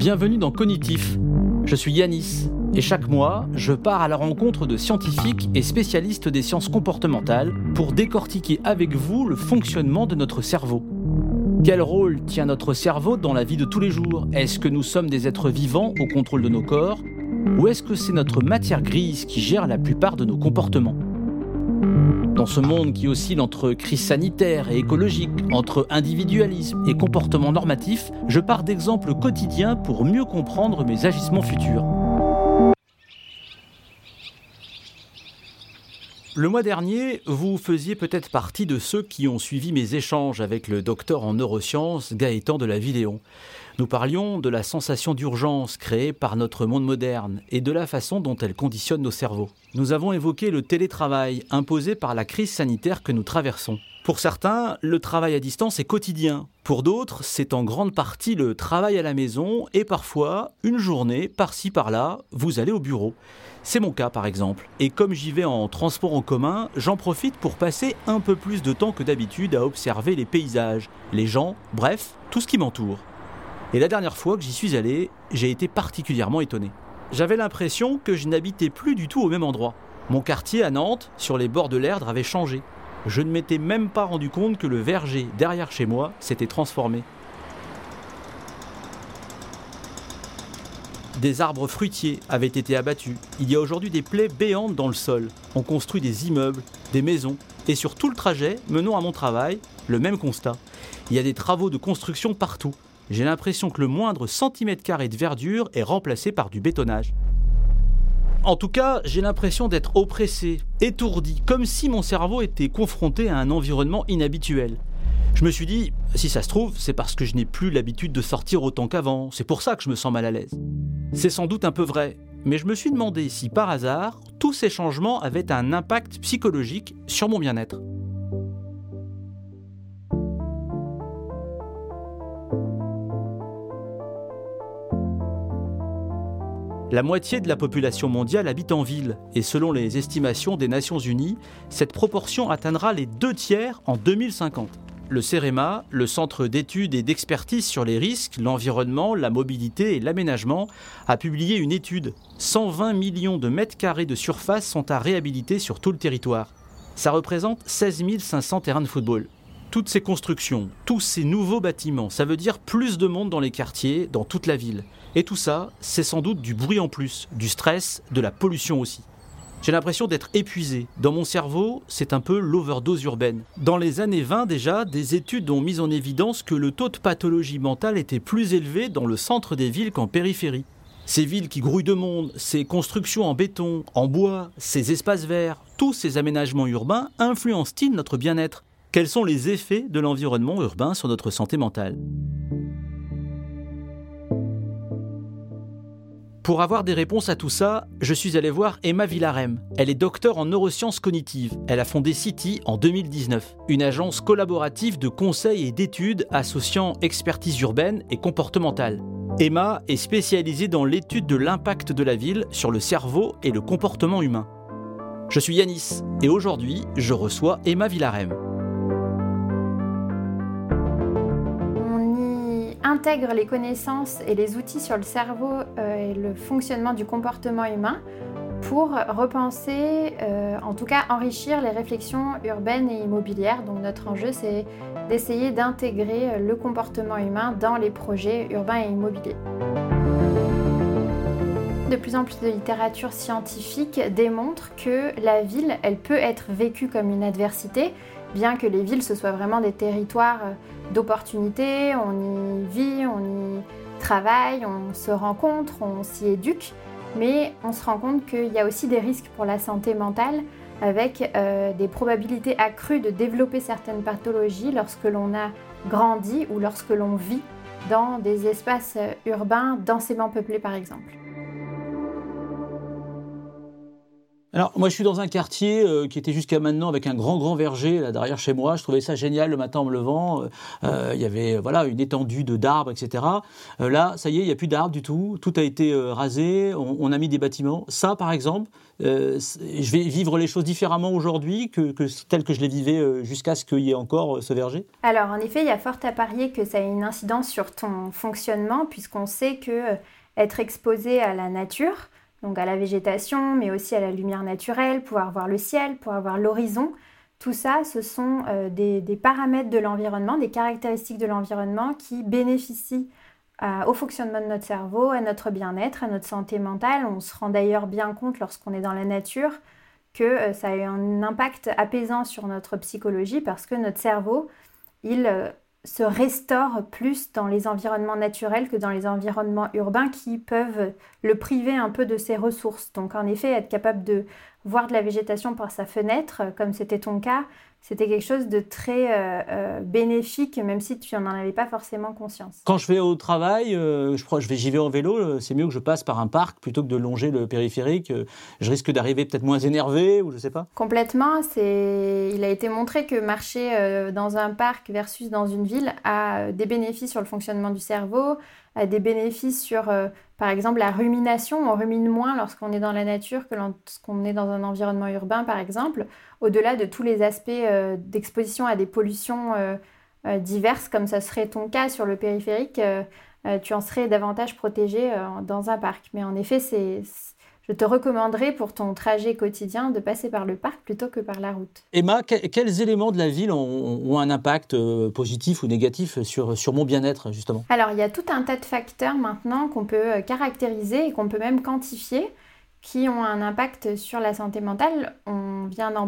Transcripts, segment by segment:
Bienvenue dans Cognitif. Je suis Yanis et chaque mois, je pars à la rencontre de scientifiques et spécialistes des sciences comportementales pour décortiquer avec vous le fonctionnement de notre cerveau. Quel rôle tient notre cerveau dans la vie de tous les jours ? Est-ce que nous sommes des êtres vivants au contrôle de nos corps ? Ou est-ce que c'est notre matière grise qui gère la plupart de nos comportements ? Dans ce monde qui oscille entre crise sanitaire et écologique, entre individualisme et comportement normatif, je pars d'exemples quotidiens pour mieux comprendre mes agissements futurs. Le mois dernier, vous faisiez peut-être partie de ceux qui ont suivi mes échanges avec le docteur en neurosciences Gaëtan de la Villéon. Nous parlions de la sensation d'urgence créée par notre monde moderne et de la façon dont elle conditionne nos cerveaux. Nous avons évoqué le télétravail imposé par la crise sanitaire que nous traversons. Pour certains, le travail à distance est quotidien. Pour d'autres, c'est en grande partie le travail à la maison et parfois, une journée, par-ci par-là, vous allez au bureau. C'est mon cas par exemple. Et comme j'y vais en transport en commun, j'en profite pour passer un peu plus de temps que d'habitude à observer les paysages, les gens, bref, tout ce qui m'entoure. Et la dernière fois que j'y suis allé, j'ai été particulièrement étonné. J'avais l'impression que je n'habitais plus du tout au même endroit. Mon quartier à Nantes, sur les bords de l'Erdre, avait changé. Je ne m'étais même pas rendu compte que le verger derrière chez moi s'était transformé. Des arbres fruitiers avaient été abattus. Il y a aujourd'hui des plaies béantes dans le sol. On construit des immeubles, des maisons. Et sur tout le trajet menant à mon travail, le même constat. Il y a des travaux de construction partout. J'ai l'impression que le moindre centimètre carré de verdure est remplacé par du bétonnage. En tout cas, j'ai l'impression d'être oppressé, étourdi, comme si mon cerveau était confronté à un environnement inhabituel. Je me suis dit, si ça se trouve, c'est parce que je n'ai plus l'habitude de sortir autant qu'avant, c'est pour ça que je me sens mal à l'aise. C'est sans doute un peu vrai, mais je me suis demandé si par hasard, tous ces changements avaient un impact psychologique sur mon bien-être. La moitié de la population mondiale habite en ville et selon les estimations des Nations Unies, cette proportion atteindra les 2/3 en 2050. Le CEREMA, le Centre d'études et d'expertise sur les risques, l'environnement, la mobilité et l'aménagement, a publié une étude. 120 millions de mètres carrés de surface sont à réhabiliter sur tout le territoire. Ça représente 16 500 terrains de football. Toutes ces constructions, tous ces nouveaux bâtiments, ça veut dire plus de monde dans les quartiers, dans toute la ville. Et tout ça, c'est sans doute du bruit en plus, du stress, de la pollution aussi. J'ai l'impression d'être épuisé. Dans mon cerveau, c'est un peu l'overdose urbaine. Dans les années 20 déjà, des études ont mis en évidence que le taux de pathologie mentale était plus élevé dans le centre des villes qu'en périphérie. Ces villes qui grouillent de monde, ces constructions en béton, en bois, ces espaces verts, tous ces aménagements urbains influencent-ils notre bien-être ? Quels sont les effets de l'environnement urbain sur notre santé mentale ? Pour avoir des réponses à tout ça, je suis allé voir Emma Villarem. Elle est docteure en neurosciences cognitives. Elle a fondé City en 2019, une agence collaborative de conseil et d'études associant expertise urbaine et comportementale. Emma est spécialisée dans l'étude de l'impact de la ville sur le cerveau et le comportement humain. Je suis Yanis et aujourd'hui, je reçois Emma Villarem. Intègre les connaissances et les outils sur le cerveau et le fonctionnement du comportement humain pour repenser, en tout cas enrichir les réflexions urbaines et immobilières. Donc notre enjeu, c'est d'essayer d'intégrer le comportement humain dans les projets urbains et immobiliers. De plus en plus de littérature scientifique démontre que la ville, elle peut être vécue comme une adversité, bien que les villes, ce soient vraiment des territoires d'opportunités, on y vit, on y travaille, on se rencontre, on s'y éduque, mais on se rend compte qu'il y a aussi des risques pour la santé mentale avec des probabilités accrues de développer certaines pathologies lorsque l'on a grandi ou lorsque l'on vit dans des espaces urbains densément peuplés par exemple. Alors, moi, je suis dans un quartier qui était jusqu'à maintenant avec un grand verger là derrière chez moi. Je trouvais ça génial le matin en me levant. Il y avait une étendue d'arbres, etc. Là, ça y est, il n'y a plus d'arbres du tout. Tout a été rasé. On a mis des bâtiments. Ça, par exemple, je vais vivre les choses différemment aujourd'hui que tel que je les vivais jusqu'à ce qu'il y ait encore ce verger. Alors, en effet, il y a fort à parier que ça a une incidence sur ton fonctionnement, puisqu'on sait que être exposé à la nature, donc à la végétation, mais aussi à la lumière naturelle, pouvoir voir le ciel, pouvoir voir l'horizon. Tout ça, ce sont des paramètres de l'environnement, des caractéristiques de l'environnement qui bénéficient au fonctionnement de notre cerveau, à notre bien-être, à notre santé mentale. On se rend d'ailleurs bien compte lorsqu'on est dans la nature que ça a un impact apaisant sur notre psychologie parce que notre cerveau, il se restaure plus dans les environnements naturels que dans les environnements urbains qui peuvent le priver un peu de ses ressources. Donc en effet, être capable de voir de la végétation par sa fenêtre, comme c'était ton cas, c'était quelque chose de très bénéfique, même si tu n'en avais pas forcément conscience. Quand je vais au travail, j'y vais en vélo, c'est mieux que je passe par un parc plutôt que de longer le périphérique. Je risque d'arriver peut-être moins énervé, ou je sais pas. Complètement. Il a été montré que marcher dans un parc versus dans une ville a des bénéfices sur le fonctionnement du cerveau, a des bénéfices sur, par exemple, la rumination. On rumine moins lorsqu'on est dans la nature que lorsqu'on est dans un environnement urbain, par exemple, au-delà de tous les aspects d'exposition à des pollutions diverses, comme ça serait ton cas sur le périphérique, tu en serais davantage protégé dans un parc. Mais en effet, je te recommanderais pour ton trajet quotidien de passer par le parc plutôt que par la route. Emma, quels éléments de la ville ont un impact positif ou négatif sur mon bien-être, justement ? Alors, il y a tout un tas de facteurs maintenant qu'on peut caractériser et qu'on peut même quantifier qui ont un impact sur la santé mentale. On vient d'en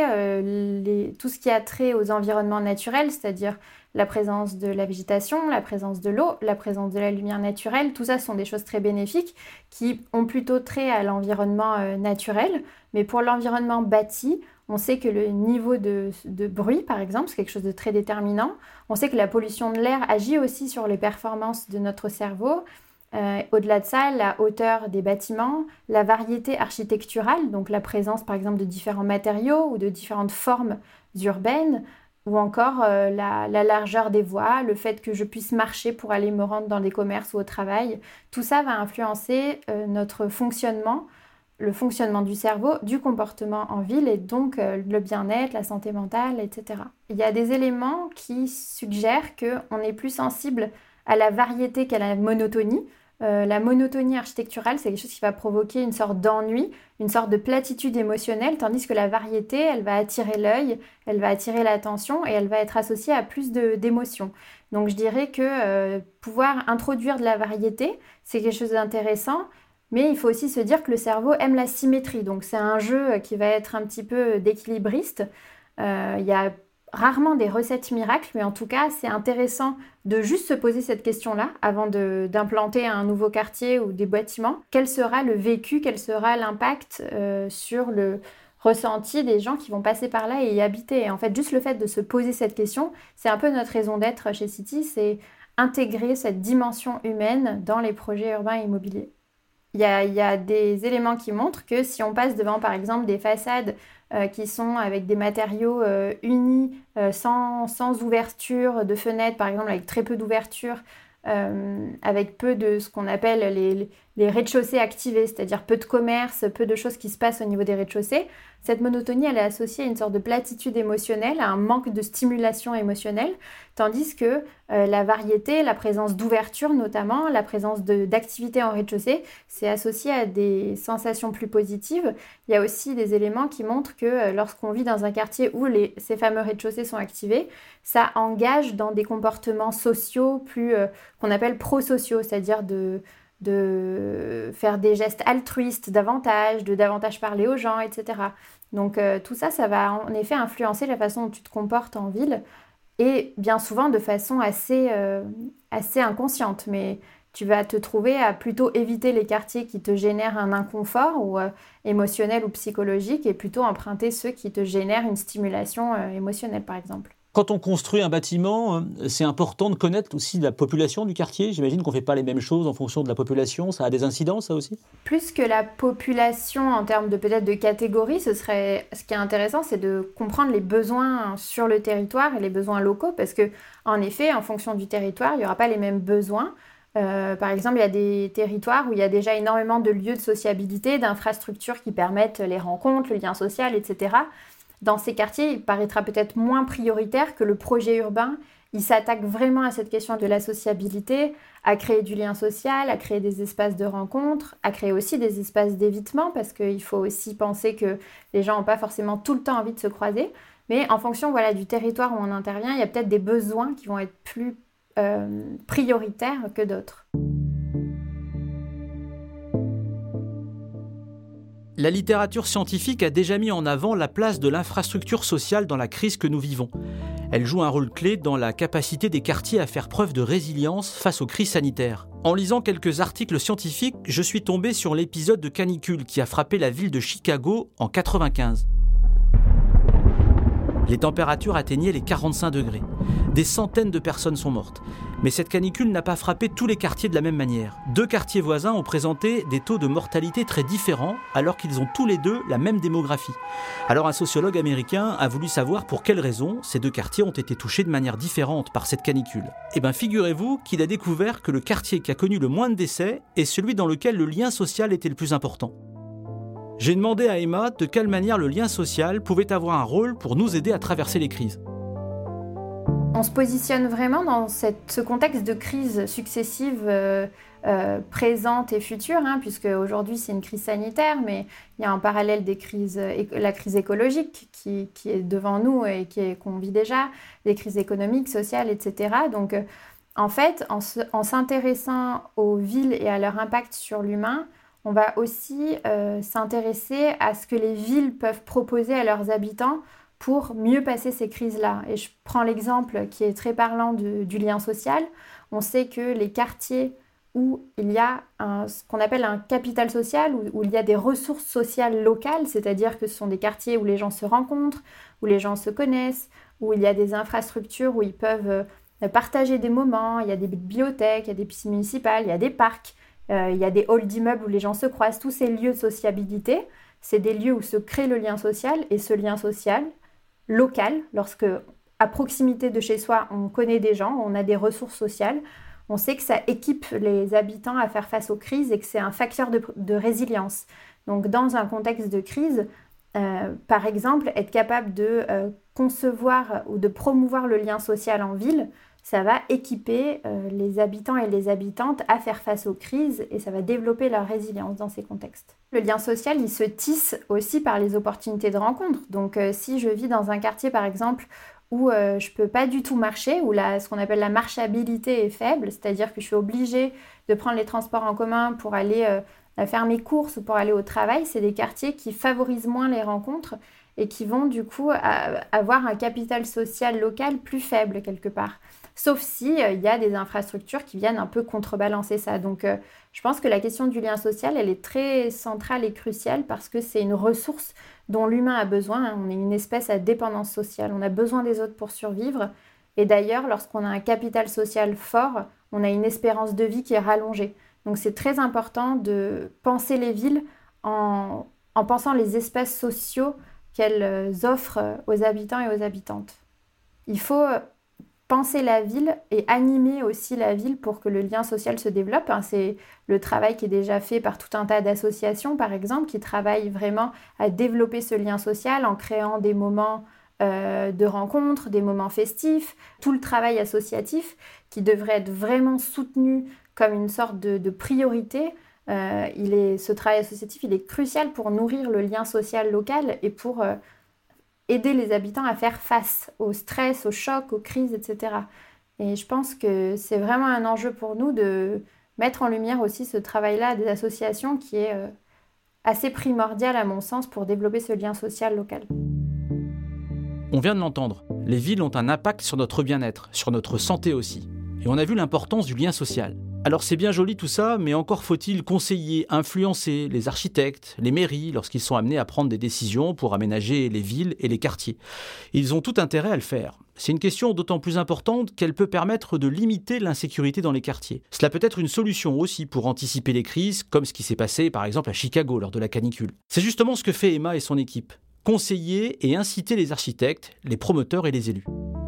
parler, tout ce qui a trait aux environnements naturels, c'est-à-dire la présence de la végétation, la présence de l'eau, la présence de la lumière naturelle, tout ça sont des choses très bénéfiques qui ont plutôt trait à l'environnement naturel. Mais pour l'environnement bâti, on sait que le niveau de bruit, par exemple, c'est quelque chose de très déterminant. On sait que la pollution de l'air agit aussi sur les performances de notre cerveau. Au-delà de ça, la hauteur des bâtiments, la variété architecturale, donc la présence par exemple de différents matériaux ou de différentes formes urbaines, ou encore la largeur des voies, le fait que je puisse marcher pour aller me rendre dans des commerces ou au travail, tout ça va influencer notre fonctionnement, le fonctionnement du cerveau, du comportement en ville et donc le bien-être, la santé mentale, etc. Il y a des éléments qui suggèrent qu'on est plus sensible à la variété qu'à la monotonie. La monotonie architecturale, c'est quelque chose qui va provoquer une sorte d'ennui, une sorte de platitude émotionnelle, tandis que la variété, elle va attirer l'œil, elle va attirer l'attention et elle va être associée à plus d'émotions. Donc je dirais que pouvoir introduire de la variété, c'est quelque chose d'intéressant, mais il faut aussi se dire que le cerveau aime la symétrie. Donc c'est un jeu qui va être un petit peu d'équilibriste. Il y a rarement des recettes miracles, mais en tout cas, c'est intéressant de juste se poser cette question-là avant d'implanter un nouveau quartier ou des bâtiments. Quel sera le vécu, quel sera l'impact sur le ressenti des gens qui vont passer par là et y habiter. Et en fait, juste le fait de se poser cette question, c'est un peu notre raison d'être chez City, c'est intégrer cette dimension humaine dans les projets urbains et immobiliers. Il y a des éléments qui montrent que si on passe devant, par exemple, des façades qui sont avec des matériaux unis, sans ouverture de fenêtres, par exemple, avec très peu d'ouverture, avec peu de ce qu'on appelle les rez-de-chaussée activés, c'est-à-dire peu de commerce, peu de choses qui se passent au niveau des rez-de-chaussée. Cette monotonie, elle est associée à une sorte de platitude émotionnelle, à un manque de stimulation émotionnelle, tandis que la variété, la présence d'ouverture notamment, la présence d'activité en rez-de-chaussée, c'est associé à des sensations plus positives. Il y a aussi des éléments qui montrent que lorsqu'on vit dans un quartier où ces fameux rez-de-chaussée sont activés, ça engage dans des comportements sociaux plus qu'on appelle prosociaux, c'est-à-dire de faire des gestes altruistes davantage, de davantage parler aux gens, etc. Donc tout ça, ça va en effet influencer la façon dont tu te comportes en ville et bien souvent de façon assez inconsciente. Mais tu vas te trouver à plutôt éviter les quartiers qui te génèrent un inconfort ou émotionnel ou psychologique et plutôt emprunter ceux qui te génèrent une stimulation émotionnelle par exemple. Quand on construit un bâtiment, c'est important de connaître aussi la population du quartier. J'imagine qu'on ne fait pas les mêmes choses en fonction de la population. Ça a des incidences, ça aussi ? Plus que la population en termes de peut-être de catégorie, ce qui est intéressant, c'est de comprendre les besoins sur le territoire et les besoins locaux, parce que en effet, en fonction du territoire, il n'y aura pas les mêmes besoins. Par exemple, il y a des territoires où il y a déjà énormément de lieux de sociabilité, d'infrastructures qui permettent les rencontres, le lien social, etc. Dans ces quartiers, il paraîtra peut-être moins prioritaire que le projet urbain. Il s'attaque vraiment à cette question de la sociabilité, à créer du lien social, à créer des espaces de rencontre, à créer aussi des espaces d'évitement, parce qu'il faut aussi penser que les gens n'ont pas forcément tout le temps envie de se croiser. Mais en fonction du territoire où on intervient, il y a peut-être des besoins qui vont être plus prioritaires que d'autres. La littérature scientifique a déjà mis en avant la place de l'infrastructure sociale dans la crise que nous vivons. Elle joue un rôle clé dans la capacité des quartiers à faire preuve de résilience face aux crises sanitaires. En lisant quelques articles scientifiques, je suis tombé sur l'épisode de canicule qui a frappé la ville de Chicago en 1995. Les températures atteignaient les 45 degrés. Des centaines de personnes sont mortes. Mais cette canicule n'a pas frappé tous les quartiers de la même manière. 2 quartiers voisins ont présenté des taux de mortalité très différents, alors qu'ils ont tous les deux la même démographie. Alors un sociologue américain a voulu savoir pour quelles raisons ces 2 quartiers ont été touchés de manière différente par cette canicule. Eh bien, figurez-vous qu'il a découvert que le quartier qui a connu le moins de décès est celui dans lequel le lien social était le plus important. J'ai demandé à Emma de quelle manière le lien social pouvait avoir un rôle pour nous aider à traverser les crises. On se positionne vraiment dans ce contexte de crises successives présentes et futures, puisque aujourd'hui c'est une crise sanitaire, mais il y a en parallèle la crise écologique qui est devant nous et qu'on vit déjà, des crises économiques, sociales, etc. Donc en fait, en s'intéressant aux villes et à leur impact sur l'humain, on va aussi s'intéresser à ce que les villes peuvent proposer à leurs habitants pour mieux passer ces crises-là. Et je prends l'exemple qui est très parlant du lien social. On sait que les quartiers où il y a ce qu'on appelle un capital social, où il y a des ressources sociales locales, c'est-à-dire que ce sont des quartiers où les gens se rencontrent, où les gens se connaissent, où il y a des infrastructures où ils peuvent partager des moments, il y a des bibliothèques, il y a des piscines municipales, il y a des parcs, il y a des halls d'immeubles où les gens se croisent. Tous ces lieux de sociabilité, c'est des lieux où se crée le lien social, et ce lien social local, lorsque à proximité de chez soi, on connaît des gens, on a des ressources sociales, on sait que ça équipe les habitants à faire face aux crises et que c'est un facteur de résilience. Donc dans un contexte de crise, par exemple, être capable de concevoir ou de promouvoir le lien social en ville, ça va équiper les habitants et les habitantes à faire face aux crises et ça va développer leur résilience dans ces contextes. Le lien social, il se tisse aussi par les opportunités de rencontre. Donc si je vis dans un quartier, par exemple, où je ne peux pas du tout marcher, où ce qu'on appelle la marchabilité est faible, c'est-à-dire que je suis obligée de prendre les transports en commun pour aller faire mes courses ou pour aller au travail, c'est des quartiers qui favorisent moins les rencontres et qui vont du coup avoir un capital social local plus faible quelque part. Sauf si il y a des infrastructures qui viennent un peu contrebalancer ça. Donc je pense que la question du lien social, elle est très centrale et cruciale parce que c'est une ressource dont l'humain a besoin. On est une espèce à dépendance sociale. On a besoin des autres pour survivre. Et d'ailleurs, lorsqu'on a un capital social fort, on a une espérance de vie qui est rallongée. Donc c'est très important de penser les villes en pensant les espaces sociaux qu'elles offrent aux habitants et aux habitantes. Il faut penser la ville et animer aussi la ville pour que le lien social se développe. C'est le travail qui est déjà fait par tout un tas d'associations, par exemple, qui travaillent vraiment à développer ce lien social en créant des moments de rencontres, des moments festifs, tout le travail associatif qui devrait être vraiment soutenu comme une sorte de priorité. Ce travail associatif, il est crucial pour nourrir le lien social local et pour aider les habitants à faire face au stress, au choc, aux crises, etc. Et je pense que c'est vraiment un enjeu pour nous de mettre en lumière aussi ce travail-là des associations qui est assez primordial à mon sens pour développer ce lien social local. On vient de l'entendre, les villes ont un impact sur notre bien-être, sur notre santé aussi. Et on a vu l'importance du lien social. Alors c'est bien joli tout ça, mais encore faut-il conseiller, influencer les architectes, les mairies, lorsqu'ils sont amenés à prendre des décisions pour aménager les villes et les quartiers. Ils ont tout intérêt à le faire. C'est une question d'autant plus importante qu'elle peut permettre de limiter l'insécurité dans les quartiers. Cela peut être une solution aussi pour anticiper les crises, comme ce qui s'est passé par exemple à Chicago lors de la canicule. C'est justement ce que fait Emma et son équipe. Conseiller et inciter les architectes, les promoteurs et les élus.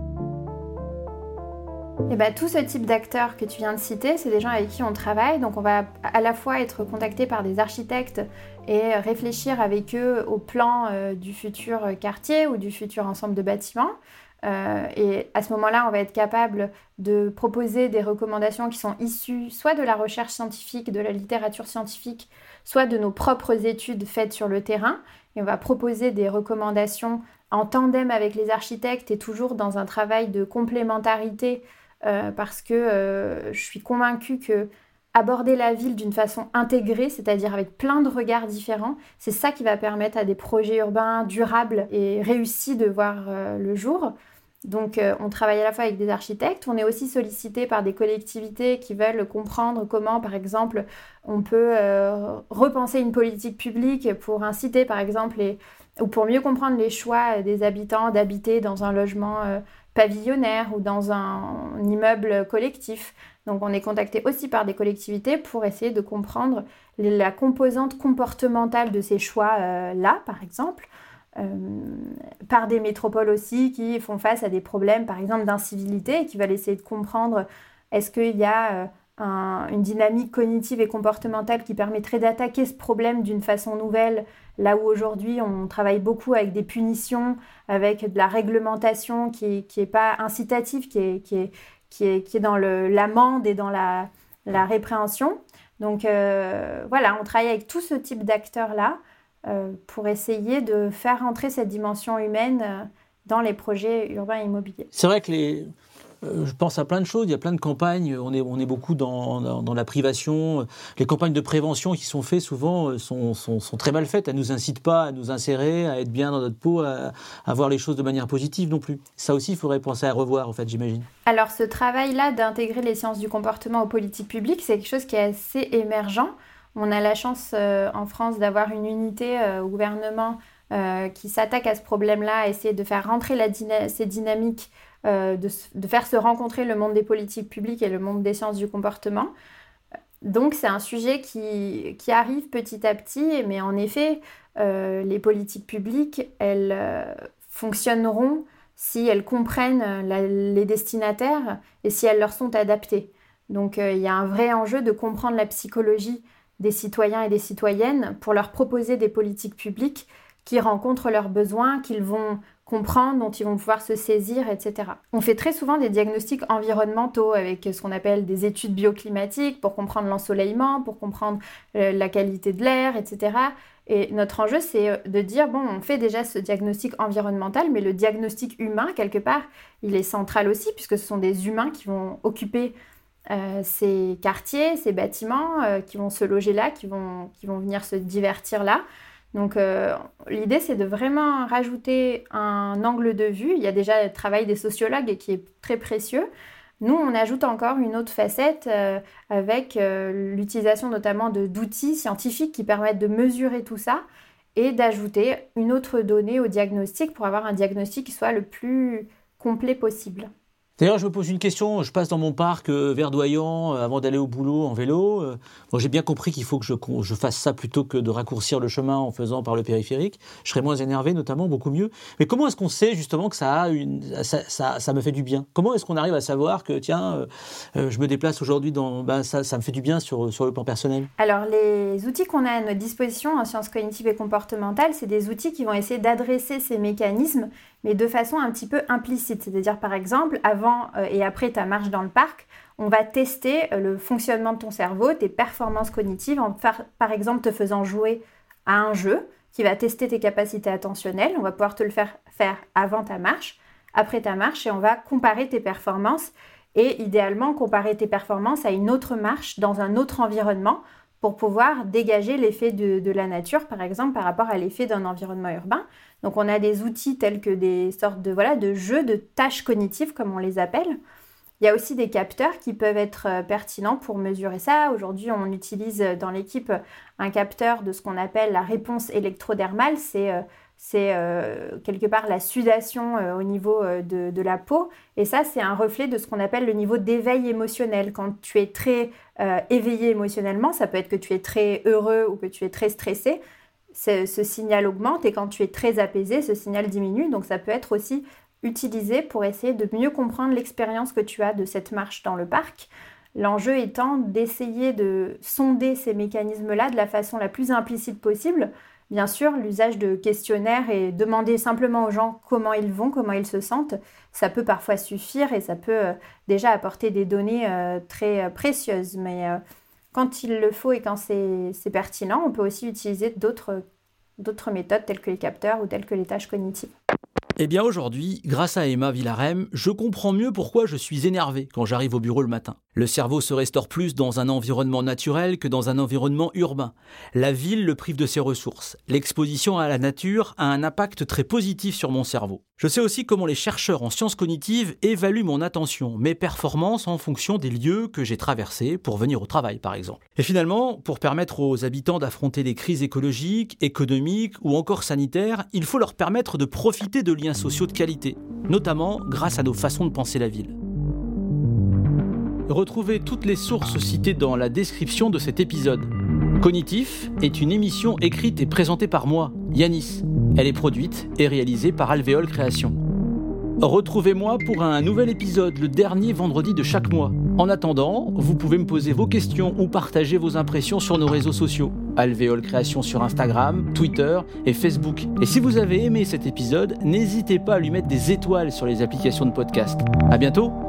Tout ce type d'acteurs que tu viens de citer, c'est des gens avec qui on travaille. Donc on va à la fois être contacté par des architectes et réfléchir avec eux au plan du futur quartier ou du futur ensemble de bâtiments. Et à ce moment-là, on va être capable de proposer des recommandations qui sont issues soit de la recherche scientifique, de la littérature scientifique, soit de nos propres études faites sur le terrain. Et on va proposer des recommandations en tandem avec les architectes et toujours dans un travail de complémentarité parce que je suis convaincue que aborder la ville d'une façon intégrée, c'est-à-dire avec plein de regards différents, c'est ça qui va permettre à des projets urbains durables et réussis de voir le jour. Donc on travaille à la fois avec des architectes, on est aussi sollicité par des collectivités qui veulent comprendre comment, par exemple, on peut repenser une politique publique pour inciter, par exemple, ou pour mieux comprendre les choix des habitants d'habiter dans un logement pavillonnaire ou dans un immeuble collectif. Donc on est contacté aussi par des collectivités pour essayer de comprendre la composante comportementale de ces choix-là, par exemple. Par des métropoles aussi qui font face à des problèmes, par exemple, d'incivilité et qui veulent essayer de comprendre est-ce qu'il y a une dynamique cognitive et comportementale qui permettrait d'attaquer ce problème d'une façon nouvelle, là où aujourd'hui on travaille beaucoup avec des punitions, avec de la réglementation qui est pas incitative, qui est dans l'amende et dans la répréhension. Donc voilà, on travaille avec tout ce type d'acteurs-là pour essayer de faire entrer cette dimension humaine dans les projets urbains et immobiliers. C'est vrai que je pense à plein de choses, il y a plein de campagnes, on est beaucoup dans la privation, les campagnes de prévention qui sont faites souvent sont très mal faites, elles ne nous incitent pas à nous insérer, à être bien dans notre peau, à voir les choses de manière positive non plus. Ça aussi, il faudrait penser à revoir, en fait, j'imagine. Alors ce travail-là d'intégrer les sciences du comportement aux politiques publiques, c'est quelque chose qui est assez émergent. On a la chance en France d'avoir une unité au gouvernement qui s'attaque à ce problème-là, essayer de faire rentrer ces dynamiques, de faire se rencontrer le monde des politiques publiques et le monde des sciences du comportement. Donc c'est un sujet qui arrive petit à petit, mais en effet, les politiques publiques, elles fonctionneront si elles comprennent les destinataires et si elles leur sont adaptées. Donc il y a un vrai enjeu de comprendre la psychologie des citoyens et des citoyennes pour leur proposer des politiques publiques qui rencontrent leurs besoins, qu'ils vont comprendre, dont ils vont pouvoir se saisir, etc. On fait très souvent des diagnostics environnementaux avec ce qu'on appelle des études bioclimatiques pour comprendre l'ensoleillement, pour comprendre la qualité de l'air, etc. Et notre enjeu, c'est de dire, on fait déjà ce diagnostic environnemental, mais le diagnostic humain, quelque part, il est central aussi, puisque ce sont des humains qui vont occuper ces quartiers, ces bâtiments, qui vont se loger là, qui vont venir se divertir là. Donc l'idée, c'est de vraiment rajouter un angle de vue. Il y a déjà le travail des sociologues qui est très précieux. Nous, on ajoute encore une autre facette avec l'utilisation notamment d'outils scientifiques qui permettent de mesurer tout ça et d'ajouter une autre donnée au diagnostic pour avoir un diagnostic qui soit le plus complet possible. D'ailleurs, je me pose une question, je passe dans mon parc verdoyant avant d'aller au boulot en vélo. J'ai bien compris qu'il faut que je fasse ça plutôt que de raccourcir le chemin en faisant par le périphérique. Je serais moins énervé, notamment, beaucoup mieux. Mais comment est-ce qu'on sait justement que ça me fait du bien ? Comment est-ce qu'on arrive à savoir que, je me déplace aujourd'hui ça me fait du bien sur le plan personnel ? Alors, les outils qu'on a à notre disposition en sciences cognitives et comportementales, c'est des outils qui vont essayer d'adresser ces mécanismes, mais de façon un petit peu implicite. C'est-à-dire, par exemple, avant et après ta marche dans le parc, on va tester le fonctionnement de ton cerveau, tes performances cognitives, par exemple te faisant jouer à un jeu qui va tester tes capacités attentionnelles. On va pouvoir te le faire avant ta marche, après ta marche, et on va comparer tes performances et idéalement comparer tes performances à une autre marche dans un autre environnement pour pouvoir dégager l'effet de la nature, par exemple, par rapport à l'effet d'un environnement urbain. Donc, on a des outils tels que des sortes de jeux, de tâches cognitives, comme on les appelle. Il y a aussi des capteurs qui peuvent être pertinents pour mesurer ça. Aujourd'hui, on utilise dans l'équipe un capteur de ce qu'on appelle la réponse électrodermale. C'est c'est quelque part la sudation au niveau de la peau. Et ça, c'est un reflet de ce qu'on appelle le niveau d'éveil émotionnel. Quand tu es très éveillé émotionnellement, ça peut être que tu es très heureux ou que tu es très stressé, ce signal augmente. Et quand tu es très apaisé, ce signal diminue. Donc ça peut être aussi utilisé pour essayer de mieux comprendre l'expérience que tu as de cette marche dans le parc. L'enjeu étant d'essayer de sonder ces mécanismes-là de la façon la plus implicite possible. Bien sûr, l'usage de questionnaires et demander simplement aux gens comment ils vont, comment ils se sentent, ça peut parfois suffire et ça peut déjà apporter des données très précieuses. Mais quand il le faut et quand c'est pertinent, on peut aussi utiliser d'autres méthodes telles que les capteurs ou telles que les tâches cognitives. Eh bien aujourd'hui, grâce à Emma Villarem, je comprends mieux pourquoi je suis énervé quand j'arrive au bureau le matin. Le cerveau se restaure plus dans un environnement naturel que dans un environnement urbain. La ville le prive de ses ressources. L'exposition à la nature a un impact très positif sur mon cerveau. Je sais aussi comment les chercheurs en sciences cognitives évaluent mon attention, mes performances en fonction des lieux que j'ai traversés pour venir au travail par exemple. Et finalement, pour permettre aux habitants d'affronter des crises écologiques, économiques ou encore sanitaires, il faut leur permettre de profiter de liens sociaux de qualité, notamment grâce à nos façons de penser la ville. Retrouvez toutes les sources citées dans la description de cet épisode. Cognitif est une émission écrite et présentée par moi, Yanis. Elle est produite et réalisée par Alvéole Création. Retrouvez-moi pour un nouvel épisode le dernier vendredi de chaque mois. En attendant, vous pouvez me poser vos questions ou partager vos impressions sur nos réseaux sociaux. Alvéole Création sur Instagram, Twitter et Facebook. Et si vous avez aimé cet épisode, n'hésitez pas à lui mettre des étoiles sur les applications de podcast. À bientôt!